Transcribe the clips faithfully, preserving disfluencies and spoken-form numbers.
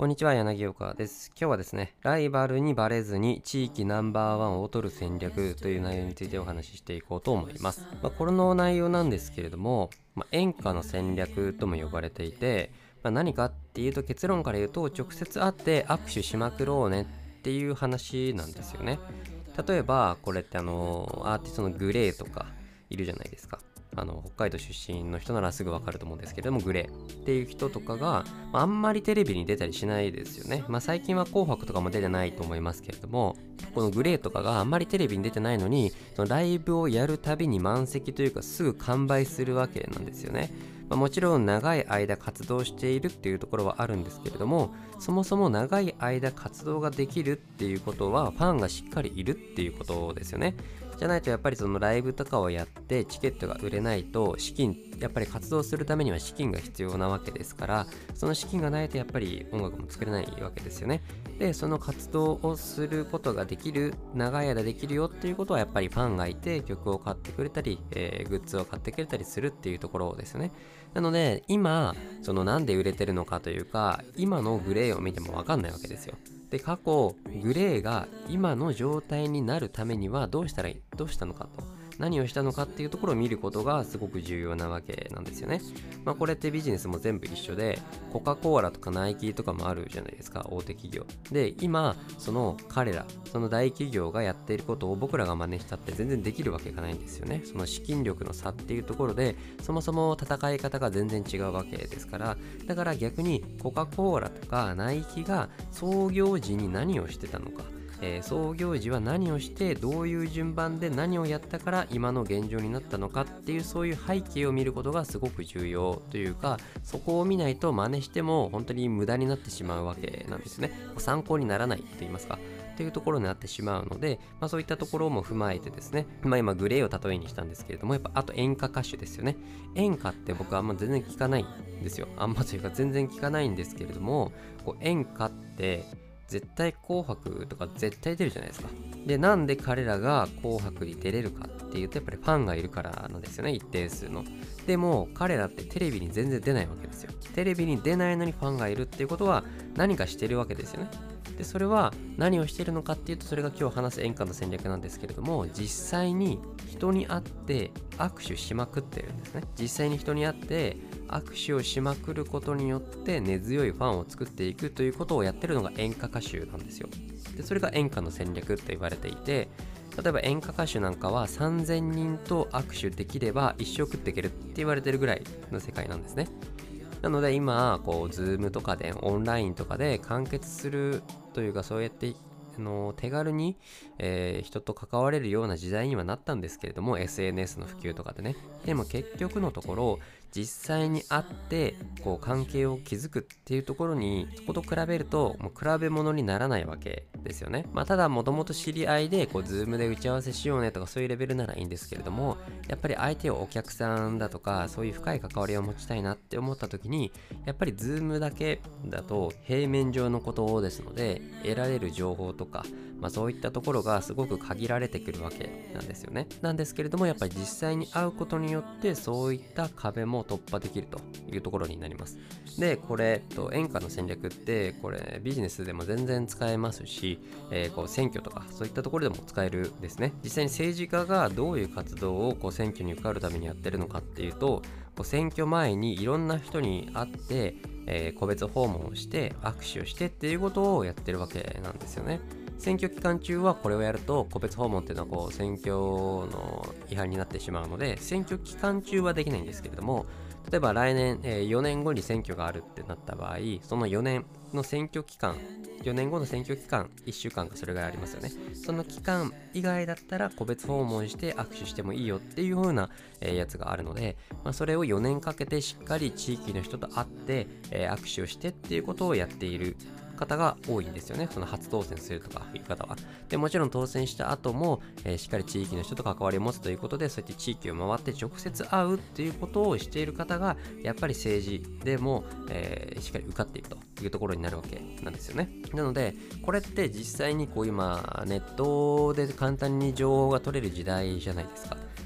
こんにちは、柳岡です。今日はですね、ライバルにバレずに地域ナンバーワンを取る戦略という内容についてお話ししていこうと思います。まあ、これの内容なんですけれども、まあ、演歌の戦略とも呼ばれていて、まあ、何かっていうと結論から言うと直接会って握手しまくろうねっていう話なんですよね。例えばこれってあのアーティストのグレーとかいるじゃないですか。あの北海道出身の人ならすぐわかると思うんですけれども、グレーっていう人とかが、まあ、あんまりテレビに出たりしないですよね。まあ最近は紅白とかも出てないと思いますけれども、このグレーとかがあんまりテレビに出てないのに、そのライブをやるたびに満席というかすぐ完売するわけなんですよね。まあ、もちろん長い間活動しているっていうところはあるんですけれども、そもそも長い間活動ができるっていうことはファンがしっかりいるっていうことですよね。じゃないとやっぱりそのライブとかをやってチケットが売れないと資金、やっぱり活動するためには資金が必要なわけですから、その資金がないとやっぱり音楽も作れないわけですよね。でその活動をすることができる、長い間できるよっていうことはやっぱりファンがいて曲を買ってくれたり、えー、グッズを買ってくれたりするっていうところですよね。なので今そのなんで売れてるのかというか、今のグレーを見ても分かんないわけですよ。で過去グレーが今の状態になるためにはどうしたらいいどうしたのかと、何をしたのかっていうところを見ることがすごく重要なわけなんですよね。まあこれってビジネスも全部一緒で、コカ・コーラとかナイキとかもあるじゃないですか、大手企業で。今その彼ら、その大企業がやっていることを僕らが真似したって全然できるわけがないんですよね。その資金力の差っていうところで、そもそも戦い方が全然違うわけですから、だから逆にコカ・コーラとかナイキが創業時に何をしてたのか、えー、創業時は何をしてどういう順番で何をやったから今の現状になったのかっていう、そういう背景を見ることがすごく重要というか、そこを見ないと真似しても本当に無駄になってしまうわけなんですね。参考にならないと言いますかっていうところになってしまうので、まあ、そういったところも踏まえてですね、まあ、今グレーを例えにしたんですけれども、やっぱあと演歌歌手ですよね。演歌って僕はあんま全然聞かないんですよ。あんまというか全然聞かないんですけれども、こう演歌って絶対紅白とか絶対出るじゃないですか。でなんで彼らが紅白に出れるかっていうと、やっぱりファンがいるからなんですよね、一定数の。でも彼らってテレビに全然出ないわけですよ。テレビに出ないのにファンがいるっていうことは何かしてるわけですよね。でそれは何をしているのかっていうと、それが今日話す演歌の戦略なんですけれども、実際に人に会って握手しまくってるんですね。実際に人に会って握手をしまくることによって根強いファンを作っていくということをやってるのが演歌歌手なんですよ。でそれが演歌の戦略と言われていて、例えば演歌歌手なんかはさんぜんにんと握手できれば一生食っていけるって言われてるぐらいの世界なんですね。なので今こうズームとかでオンラインとかで完結するというか、そうやってあの手軽に、えー人と関われるような時代にはなったんですけれども、 エスエヌエス の普及とかでね。でも結局のところ実際に会ってこう関係を築くっていうところに、そこと比べるともう比べ物にならないわけですよね。まあただもともと知り合いでこうズームで打ち合わせしようねとかそういうレベルならいいんですけれども、やっぱり相手をお客さんだとかそういう深い関わりを持ちたいなって思った時に、やっぱりズームだけだと平面上のことですので、得られる情報とか、まあ、そういったところがすごく限られてくるわけなんですよね。なんですけれども、やっぱり実際に会うことによってそういった壁も突破できるというところになります。でこれと演歌の戦略ってこれビジネスでも全然使えますし、えー、こう選挙とかそういったところでも使えるですね。実際に政治家がどういう活動をこう選挙に受かるためにやってるのかっていうと、こう選挙前にいろんな人に会って、えー、個別訪問をして握手をしてっていうことをやってるわけなんですよね。選挙期間中はこれをやると個別訪問っていうのはこう選挙の違反になってしまうので、選挙期間中はできないんですけれども、例えば来年、えー、よねんごに選挙があるってなった場合、そのよねんの選挙期間、よねんごの選挙期間いっしゅうかんかそれぐらいありますよね。その期間以外だったら個別訪問して握手してもいいよっていう風な、えーやつがあるので、まあ、それをよねんかけてしっかり地域の人と会って、えー握手をしてっていうことをやっている方が多いんですよね。その初当選するとかいう方は。でもちろん当選した後も、えーしっかり地域の人と関わりを持つということで、そうやって地域を回って直接会うっていうことをしている方がやっぱり政治でも、えーしっかり受かっていくというところになるわけなんですよね。なのでこれって実際にこう今ネットで簡単に情報が取れる時代じゃないですか。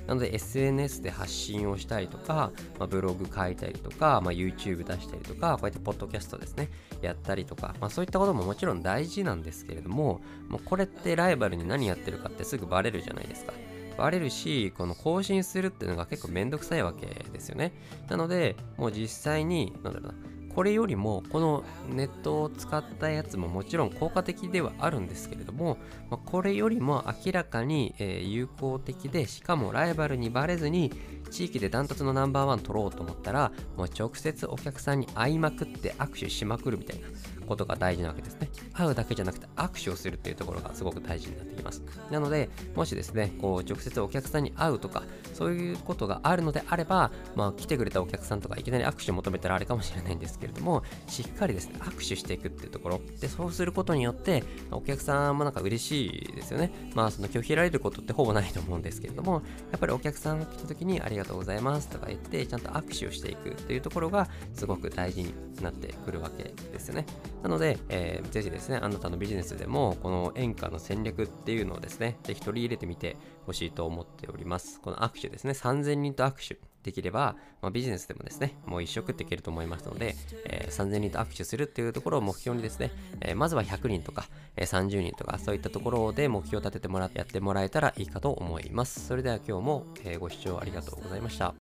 なので エスエヌエス で発信をしたりとか、まあ、ブログ書いたりとか、まあ、YouTube 出したりとか、こうやってポッドキャストですね、やったりとか、まあ、そういったことももちろん大事なんですけれども、もうこれってライバルに何やってるかってすぐバレるじゃないですか。バレるし、この更新するっていうのが結構めんどくさいわけですよね。なので、もう実際に、なんだろうな、これよりも、このネットを使ったやつももちろん効果的ではあるんですけれども、まあ、これよりも明らかに、えー有効的で、しかもライバルにバレずに、地域でダントツのナンバーワン取ろうと思ったら、もう直接お客さんに会いまくって握手しまくるみたいなことが大事なわけですね。会うだけじゃなくて握手をするっていうところがすごく大事になってきます。なので、もしですね、こう直接お客さんに会うとか、そういうことがあるのであれば、まあ来てくれたお客さんとかいきなり握手を求めたらあれかもしれないんですけれども、しっかりですね、握手していくっていうところ。で、そうすることによって、お客さんもなんか嬉しいですよね。まあその拒否られることってほぼないと思うんですけれども、やっぱりお客さんが来た時にありがとうございますとか言って、ちゃんと握手をしていくっていうところがすごく大事になってくるわけですよね。なので、えーぜひですね、あなたのビジネスでも、この演歌の戦略っていうのをですね、ぜひ取り入れてみてほしいと思っております。この握手ですね、さんぜんにんと握手できれば、まあ、ビジネスでもですね、もう一生食っていけると思いますので、えーさんぜんにんと握手するっていうところを目標にですね、えーまずはひゃくにんとか、えーさんじゅうにんとか、そういったところで目標を立ててもらってやってもらえたらいいかと思います。それでは今日も、えーご視聴ありがとうございました。